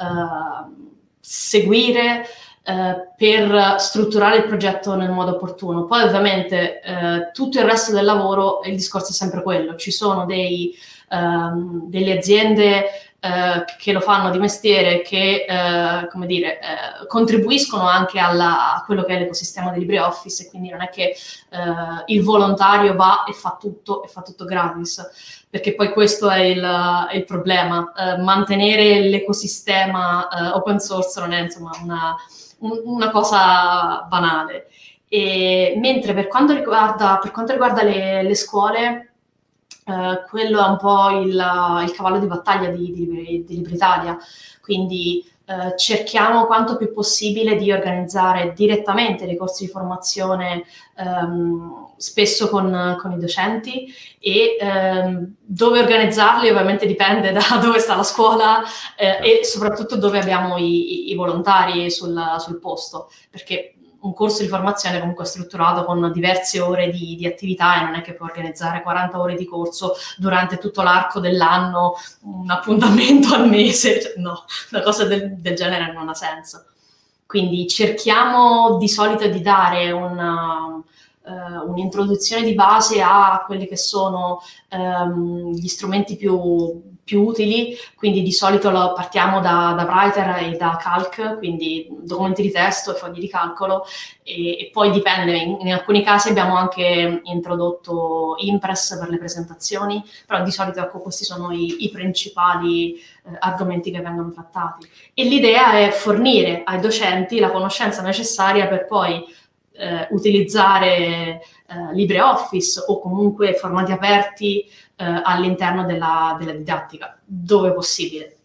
uh, seguire Uh, per strutturare il progetto nel modo opportuno. Poi ovviamente uh, tutto il resto del lavoro, il discorso è sempre quello, ci sono dei, um, delle aziende uh, che lo fanno di mestiere, che uh, come dire, uh, contribuiscono anche alla, a quello che è l'ecosistema di LibreOffice, e quindi non è che uh, il volontario va e fa tutto, e fa tutto gratis, perché poi questo è il, è il problema, uh, mantenere l'ecosistema uh, open source non è insomma una una cosa banale. E, mentre per quanto riguarda, per quanto riguarda le, le scuole, eh, quello è un po' il, il cavallo di battaglia di, di, di LibreItalia, quindi eh, cerchiamo quanto più possibile di organizzare direttamente dei corsi di formazione, ehm, spesso con, con i docenti, e ehm, dove organizzarli ovviamente dipende da dove sta la scuola eh, e soprattutto dove abbiamo i, i volontari sul, sul posto, perché un corso di formazione comunque è strutturato con diverse ore di, di attività, e non è che puoi organizzare quaranta ore di corso durante tutto l'arco dell'anno, un appuntamento al mese, cioè, no, una cosa del, del genere non ha senso. Quindi cerchiamo di solito di dare una, uh, un'introduzione di base a quelli che sono um, gli strumenti più, più utili, quindi di solito lo partiamo da, da Writer e da Calc, quindi documenti di testo e fogli di calcolo, e, e poi dipende, in, in alcuni casi abbiamo anche introdotto Impress per le presentazioni, però di solito ecco, questi sono i, i principali eh, argomenti che vengono trattati. E l'idea è fornire ai docenti la conoscenza necessaria per poi eh, utilizzare eh, LibreOffice o comunque formati aperti Uh, all'interno della, della didattica, dove possibile.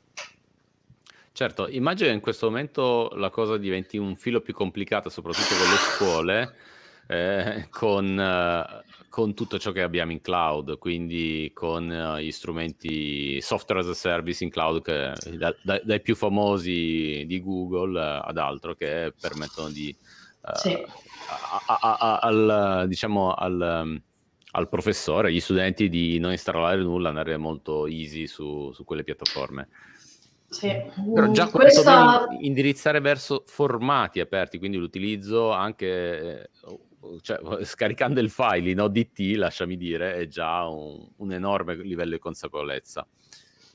Certo, immagino che in questo momento la cosa diventi un filo più complicata, soprattutto con le scuole, eh, con, uh, con tutto ciò che abbiamo in cloud, quindi con uh, gli strumenti software as a service in cloud, che, da, da, dai più famosi di Google uh, ad altro, che permettono di uh, sì. a, a, a, al, diciamo, al... Um, al professore, agli studenti di non installare nulla, andare molto easy su, su quelle piattaforme. Sì. Però già Questa... indirizzare verso formati aperti, quindi l'utilizzo anche, cioè, scaricando il file in O D T, lasciami dire, è già un, un enorme livello di consapevolezza.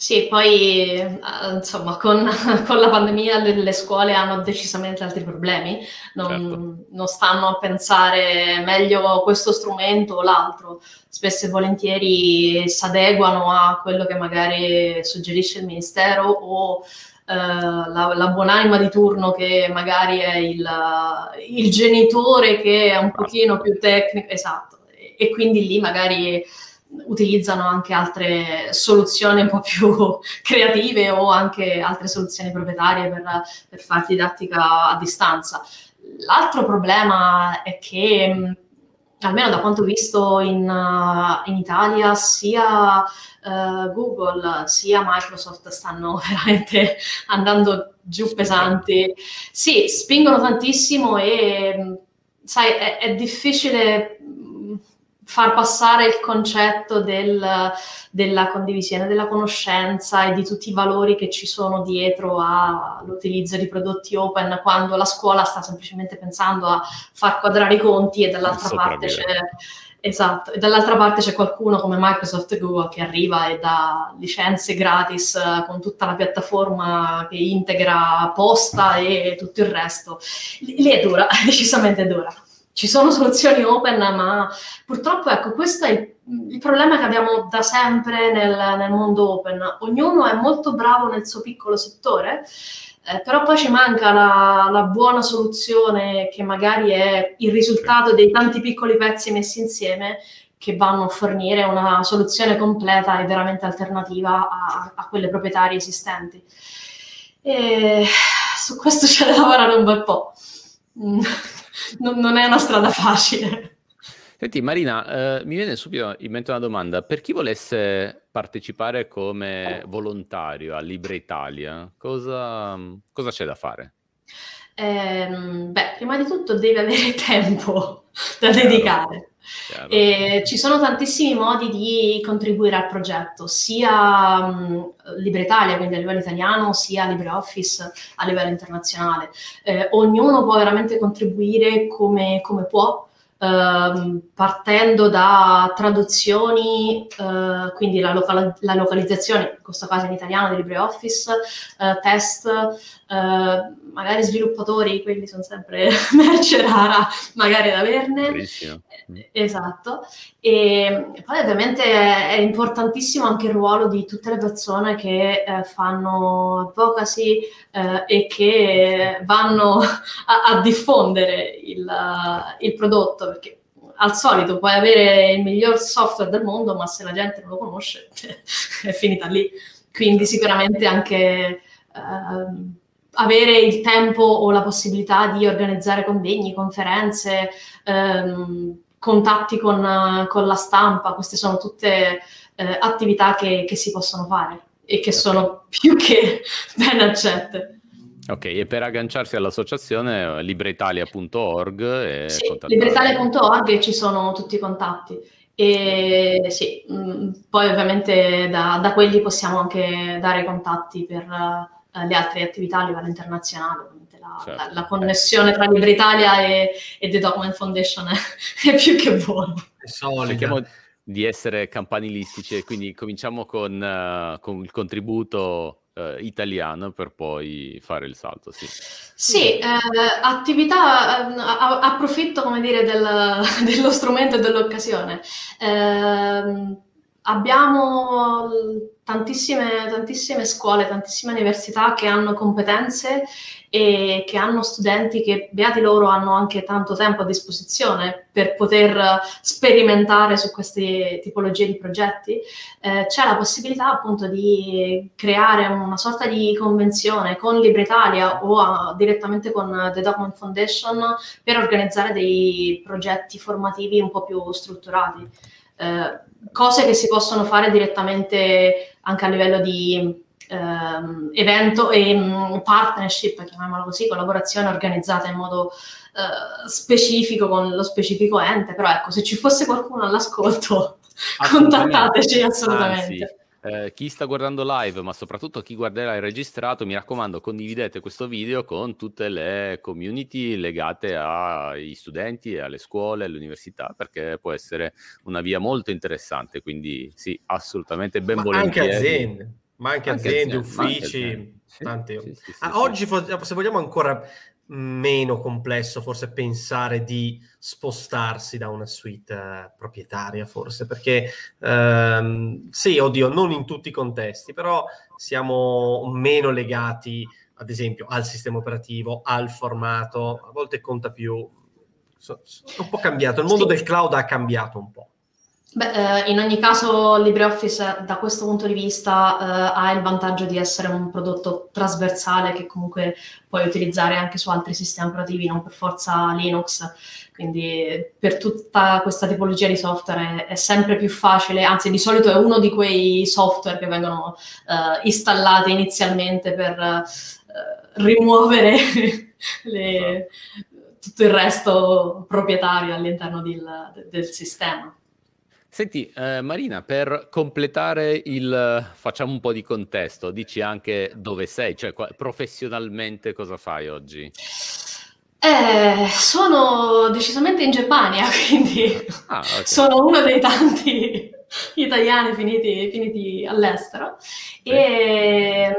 Sì, poi eh, insomma con, con la pandemia le, le scuole hanno decisamente altri problemi, non, Certo. non stanno a pensare meglio questo strumento o l'altro, spesso e volentieri si adeguano a quello che magari suggerisce il ministero o eh, la, la buonanima di turno che magari è il, il genitore che è un pochino più tecnico, esatto, e, e quindi lì magari utilizzano anche altre soluzioni un po' più creative o anche altre soluzioni proprietarie per, per fare didattica a distanza. L'altro problema è che, mh, almeno da quanto ho visto in, uh, in Italia, sia uh, Google sia Microsoft stanno veramente andando giù pesanti. Sì, spingono tantissimo e, mh, sai, è, è difficile far passare il concetto del, della condivisione della conoscenza e di tutti i valori che ci sono dietro all'utilizzo di prodotti open, quando la scuola sta semplicemente pensando a far quadrare i conti e dall'altra parte c'è, esatto, e dall'altra parte c'è qualcuno come Microsoft e Google che arriva e dà licenze gratis con tutta la piattaforma che integra posta e tutto il resto. Lì è dura, decisamente dura. Ci sono soluzioni open, ma purtroppo, ecco, questo è il, il problema che abbiamo da sempre nel, nel mondo open. Ognuno è molto bravo nel suo piccolo settore, eh, però poi ci manca la, la buona soluzione che magari è il risultato dei tanti piccoli pezzi messi insieme che vanno a fornire una soluzione completa e veramente alternativa a, a quelle proprietarie esistenti. E su questo c'è da lavorare un bel po'. Non, non è una strada facile. Senti Marina, eh, mi viene subito in mente una domanda. Per chi volesse partecipare come volontario a Libre Italia, cosa, cosa c'è da fare? Eh, beh, prima di tutto devi avere tempo da chiaro, dedicare. Chiaro. E ci sono tantissimi modi di contribuire al progetto, sia um, Libre Italia, quindi a livello italiano, sia LibreOffice a livello internazionale. Eh, ognuno può veramente contribuire come, come può, Uh, partendo da traduzioni, uh, quindi la, local- la localizzazione, in questo caso in italiano di LibreOffice, uh, test, uh, magari sviluppatori, quelli sono sempre merce rara, magari da averne. Bellissimo. Esatto. E poi ovviamente è importantissimo anche il ruolo di tutte le persone che eh, fanno advocacy eh, e che vanno a, a diffondere il, uh, il prodotto, perché al solito puoi avere il miglior software del mondo, ma se la gente non lo conosce è finita lì. Quindi sicuramente anche uh, avere il tempo o la possibilità di organizzare convegni, conferenze, um, contatti con, con la stampa, queste sono tutte eh, attività che, che si possono fare e che sono più che ben accette. Ok, e per agganciarsi all'associazione libreitalia punto org e sì, libreitalia punto org ci sono tutti i contatti e sì, mh, poi ovviamente da, da quelli possiamo anche dare i contatti per uh, le altre attività a livello internazionale. La, certo. la, la connessione tra Libre Italia e, e The Document Foundation è, è più che buona. È solida. Cerchiamo di essere campanilistici e quindi cominciamo con, uh, con il contributo uh, italiano per poi fare il salto, sì. Sì, eh, attività, eh, approfitto, come dire, del, dello strumento e dell'occasione. Eh, abbiamo tantissime, tantissime scuole, tantissime università che hanno competenze e che hanno studenti che, beati loro, hanno anche tanto tempo a disposizione per poter sperimentare su queste tipologie di progetti. Eh, c'è la possibilità appunto di creare una sorta di convenzione con Libre Italia o a, direttamente con The Document Foundation per organizzare dei progetti formativi un po' più strutturati. Eh, cose che si possono fare direttamente anche a livello di Um, evento e um, partnership, chiamiamolo così, collaborazione organizzata in modo uh, specifico con lo specifico ente, però ecco, se ci fosse qualcuno all'ascolto, contattateci assolutamente. Anzi, eh, chi sta guardando live, ma soprattutto chi guarderà il registrato, mi raccomando, condividete questo video con tutte le community legate ai studenti, alle scuole, alle università, perché può essere una via molto interessante, quindi sì, assolutamente ben ma volentieri. Anche aziende. ma anche, Anche aziende, aziende, ma anche uffici, aziende. Sì, tanti. sì, sì, sì, Ah, sì. oggi, fo- se vogliamo, ancora meno complesso forse pensare di spostarsi da una suite eh, proprietaria, forse, perché ehm, sì, oddio, non in tutti i contesti, però siamo meno legati, ad esempio, al sistema operativo, al formato, a volte conta più. So- so- È un po' cambiato, il mondo Sì. del cloud ha cambiato un po'. Beh, eh, in ogni caso LibreOffice da questo punto di vista eh, ha il vantaggio di essere un prodotto trasversale che comunque puoi utilizzare anche su altri sistemi operativi, non per forza Linux. Quindi per tutta questa tipologia di software è, è sempre più facile, anzi di solito è uno di quei software che vengono eh, installati inizialmente per eh, rimuovere le, tutto il resto proprietario all'interno del, del sistema. Senti, eh, Marina, per completare il... facciamo un po' di contesto, dici anche dove sei, cioè qua- professionalmente cosa fai oggi? Eh, sono decisamente in Germania, quindi Ah, ok. sono uno dei tanti italiani finiti, finiti all'estero. Sì. E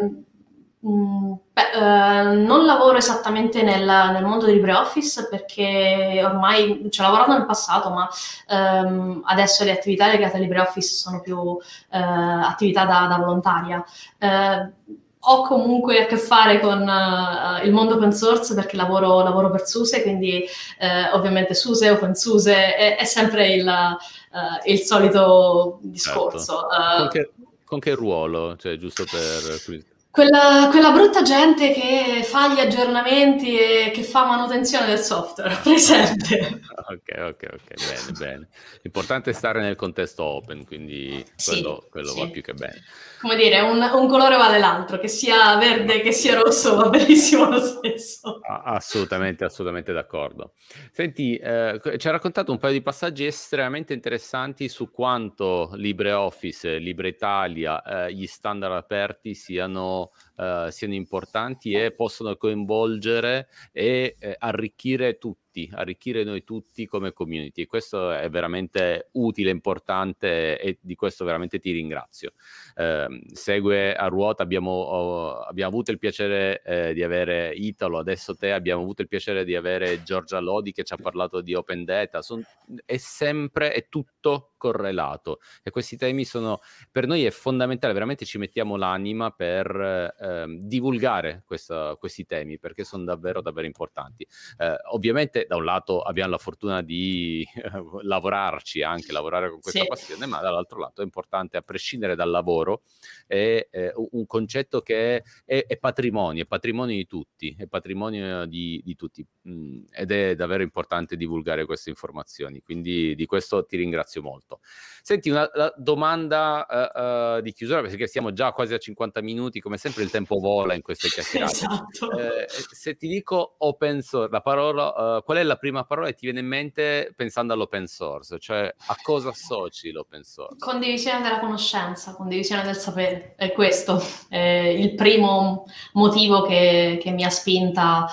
mh, beh, eh, non lavoro esattamente nel, nel mondo di LibreOffice perché ormai ci ho lavorato nel passato, ma ehm, adesso le attività legate a LibreOffice sono più eh, attività da, da volontaria. Eh, ho comunque a che fare con uh, il mondo open source perché lavoro, lavoro per SUSE, quindi eh, ovviamente SUSE, OpenSUSE è, è sempre il, uh, il solito discorso. Certo. Con Uh, che, con che ruolo? Cioè, giusto per... Quella, quella brutta gente che fa gli aggiornamenti e che fa manutenzione del software, presente. Ok, ok, ok, bene, bene. L'importante è stare nel contesto open, quindi quello, Sì, quello sì. va più che bene. Come dire, un, un colore vale l'altro, che sia verde, che sia rosso, va benissimo lo stesso. Assolutamente, assolutamente d'accordo. Senti, eh, ci ha raccontato un paio di passaggi estremamente interessanti su quanto LibreOffice, LibreItalia, eh, gli standard aperti siano, eh, siano importanti e possono coinvolgere e eh, arricchire tutti, arricchire noi tutti come community. Questo è veramente utile, importante e di questo veramente ti ringrazio. Eh, segue a ruota, abbiamo, oh, abbiamo avuto il piacere eh, di avere Italo, adesso te, abbiamo avuto il piacere di avere Giorgia Lodi che ci ha parlato di Open Data. Son, è sempre, è tutto correlato e questi temi sono, per noi è fondamentale, veramente ci mettiamo l'anima per eh, divulgare questa, questi temi perché sono davvero davvero importanti. Eh, ovviamente da un lato abbiamo la fortuna di eh, lavorarci, anche lavorare con questa Sì. passione, ma dall'altro lato è importante, a prescindere dal lavoro, è eh, un concetto che è, è, è patrimonio, è patrimonio di tutti, è patrimonio di, di tutti mh, ed è davvero importante divulgare queste informazioni, quindi di questo ti ringrazio molto. Senti, una domanda uh, uh, di chiusura, perché siamo già quasi a cinquanta minuti, come sempre il tempo vola in queste chiacchierate. Esatto. Eh, se ti dico open source, la parola, uh, qual è la prima parola che ti viene in mente pensando all'open source? Cioè, a cosa associ l'open source? Condivisione della conoscenza, condivisione del sapere, è questo è il primo motivo che, che mi ha spinta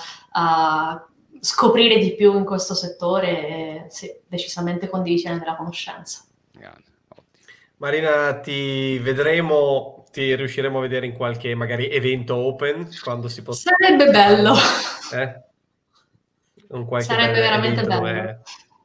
a scoprire di più in questo settore, è, sì, decisamente condivisione della conoscenza. Grande, Marina, ti vedremo, ti riusciremo a vedere in qualche magari evento open quando si possa. Sarebbe bello. Eh? Un qualche Sarebbe bel veramente evento bello. dove...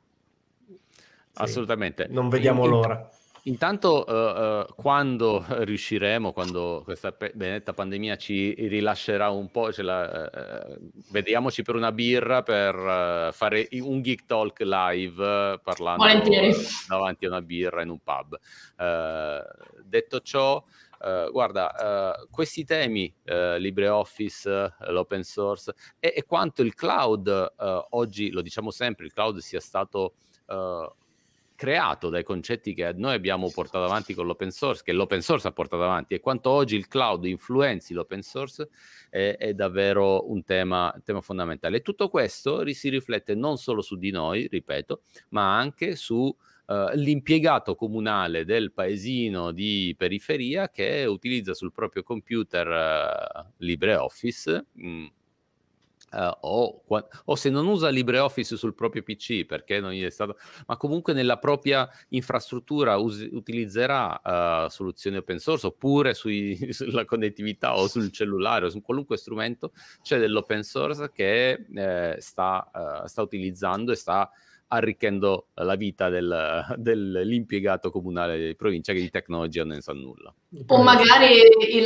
Sì, assolutamente. non vediamo In, in, l'ora. Intanto, uh, uh, quando riusciremo, quando questa pe- benedetta pandemia ci rilascerà un po', ce la, uh, vediamoci per una birra per uh, fare un Geek Talk live uh, parlando Volentieri. davanti a una birra in un pub. Uh, detto ciò, Uh, guarda, uh, questi temi, uh, LibreOffice, uh, l'open source e, e quanto il cloud, uh, oggi lo diciamo sempre, il cloud sia stato uh, creato dai concetti che noi abbiamo portato avanti con l'open source, che l'open source ha portato avanti, e quanto oggi il cloud influenzi l'open source è, è davvero un tema, un tema fondamentale. E tutto questo si riflette non solo su di noi, ripeto, ma anche su Uh, l'impiegato comunale del paesino di periferia che utilizza sul proprio computer uh, LibreOffice mh, Uh, o, o se non usa LibreOffice sul proprio P C perché non gli è stato, ma comunque nella propria infrastruttura us- utilizzerà uh, soluzioni open source, oppure sui, sulla connettività o sul cellulare o su qualunque strumento c'è dell'open source che eh, sta, uh, sta utilizzando e sta arricchendo la vita del, dell'impiegato comunale di provincia che di tecnologia non ne sa nulla. O magari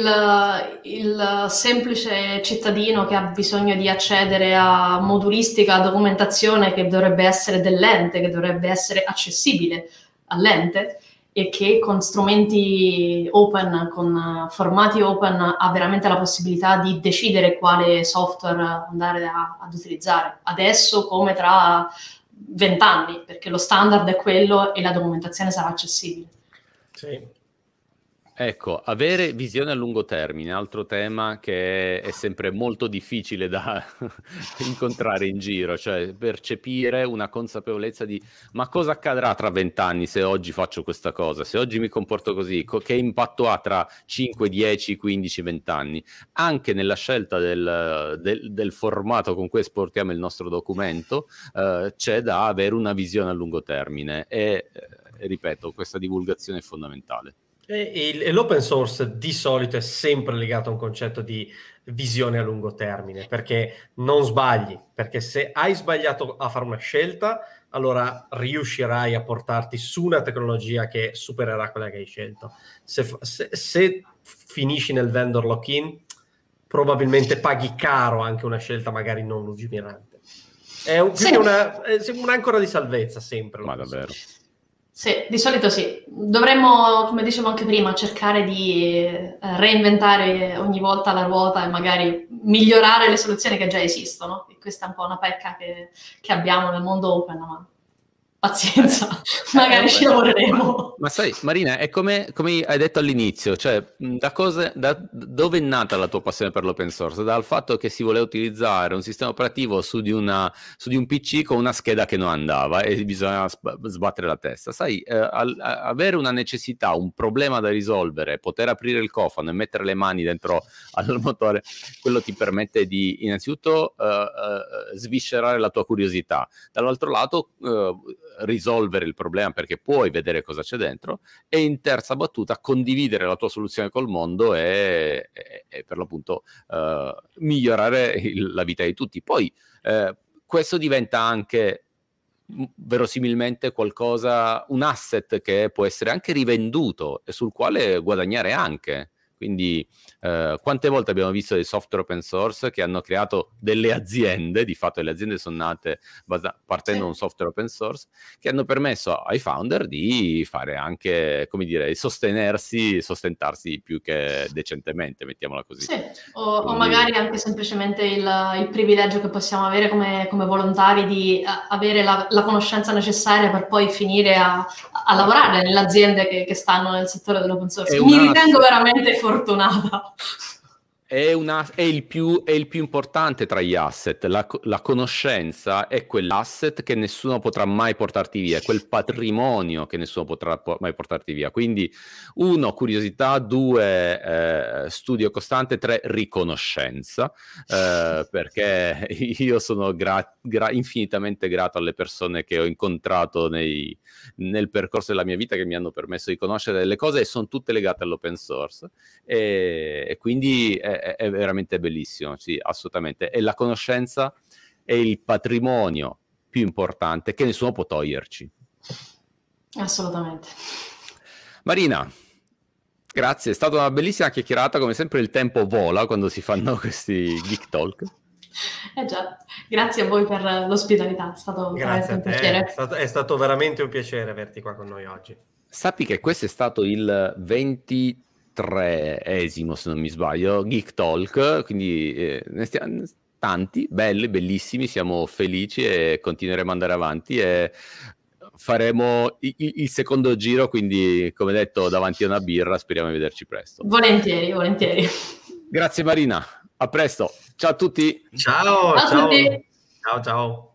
il, il semplice cittadino che ha bisogno di accedere a modulistica, a documentazione che dovrebbe essere dell'ente, che dovrebbe essere accessibile all'ente, e che con strumenti open, con formati open, ha veramente la possibilità di decidere quale software andare a, ad utilizzare. Adesso come tra vent'anni, perché lo standard è quello e la documentazione sarà accessibile. Sì. Ecco, avere visione a lungo termine, altro tema che è sempre molto difficile da incontrare in giro, cioè percepire una consapevolezza di ma cosa accadrà tra vent'anni se oggi faccio questa cosa, se oggi mi comporto così, co- che impatto ha tra cinque, dieci, quindici, venti anni, anche nella scelta del, del, del formato con cui esportiamo il nostro documento, eh, c'è da avere una visione a lungo termine e, eh, ripeto, questa divulgazione è fondamentale. E l'open source di solito è sempre legato a un concetto di visione a lungo termine, perché non sbagli, perché se hai sbagliato a fare una scelta, allora riuscirai a portarti su una tecnologia che supererà quella che hai scelto. Se, se, se finisci nel vendor lock-in, probabilmente paghi caro anche una scelta magari non lungimirante. È un, sì. una, è un'ancora di salvezza sempre. Ma davvero. Sì, di solito sì. Dovremmo, come dicevo anche prima, cercare di reinventare ogni volta la ruota e magari migliorare le soluzioni che già esistono. E questa è un po' una pecca che, che abbiamo nel mondo open, ma pazienza, magari ci lavoreremo. Ma, ma sai, Marina, è come, come hai detto all'inizio, cioè da, cosa, da dove è nata la tua passione per l'open source? Dal fatto che si voleva utilizzare un sistema operativo su di, una, su di un P C con una scheda che non andava e bisognava sbattere la testa. Sai, eh, al, a, avere una necessità, un problema da risolvere, poter aprire il cofano e mettere le mani dentro al motore, quello ti permette di innanzitutto uh, uh, sviscerare la tua curiosità. Dall'altro lato uh, risolvere il problema perché puoi vedere cosa c'è dentro, e in terza battuta condividere la tua soluzione col mondo e, e, e per l'appunto uh, migliorare il, la vita di tutti. Poi uh, questo diventa anche verosimilmente qualcosa, un asset che può essere anche rivenduto e sul quale guadagnare anche. Quindi eh, quante volte abbiamo visto dei software open source che hanno creato delle aziende, di fatto le aziende sono nate basa- partendo da un software open source, che hanno permesso ai founder di fare anche, come dire, sostenersi, sostentarsi più che decentemente, mettiamola così. Sì, o, Quindi... o magari anche semplicemente il, il privilegio che possiamo avere come, come volontari di a, avere la, la conoscenza necessaria per poi finire a, a lavorare nelle aziende che, che stanno nel settore dell'open source. Mi una... ritengo veramente fortunata. È, una, è, il più, è il più importante tra gli asset. La, la conoscenza è quell'asset che nessuno potrà mai portarti via, è quel patrimonio che nessuno potrà po- mai portarti via. Quindi, uno, curiosità, due, eh, studio costante, tre, riconoscenza, eh, perché io sono gra- gra- infinitamente grato alle persone che ho incontrato nei, nel percorso della mia vita, che mi hanno permesso di conoscere delle cose, e sono tutte legate all'open source, e, e quindi è, è veramente bellissimo, sì, assolutamente. E la conoscenza è il patrimonio più importante che nessuno può toglierci. Assolutamente. Marina, grazie, è stata una bellissima chiacchierata. Come sempre il tempo vola quando si fanno questi Geek Talk. Eh già, grazie a voi per l'ospitalità, è stato grazie veramente un piacere. È stato, è stato veramente un piacere averti qua con noi oggi. Sappi che questo è stato il ventitreesimo, se non mi sbaglio, Geek Talk, quindi eh, ne stiamo tanti, belli, bellissimi, siamo felici e continueremo ad andare avanti e faremo il, il secondo giro, quindi come detto davanti a una birra, speriamo di vederci presto. Volentieri, volentieri. Grazie Marina, a presto, ciao a tutti. Ciao, ciao, ciao, ciao.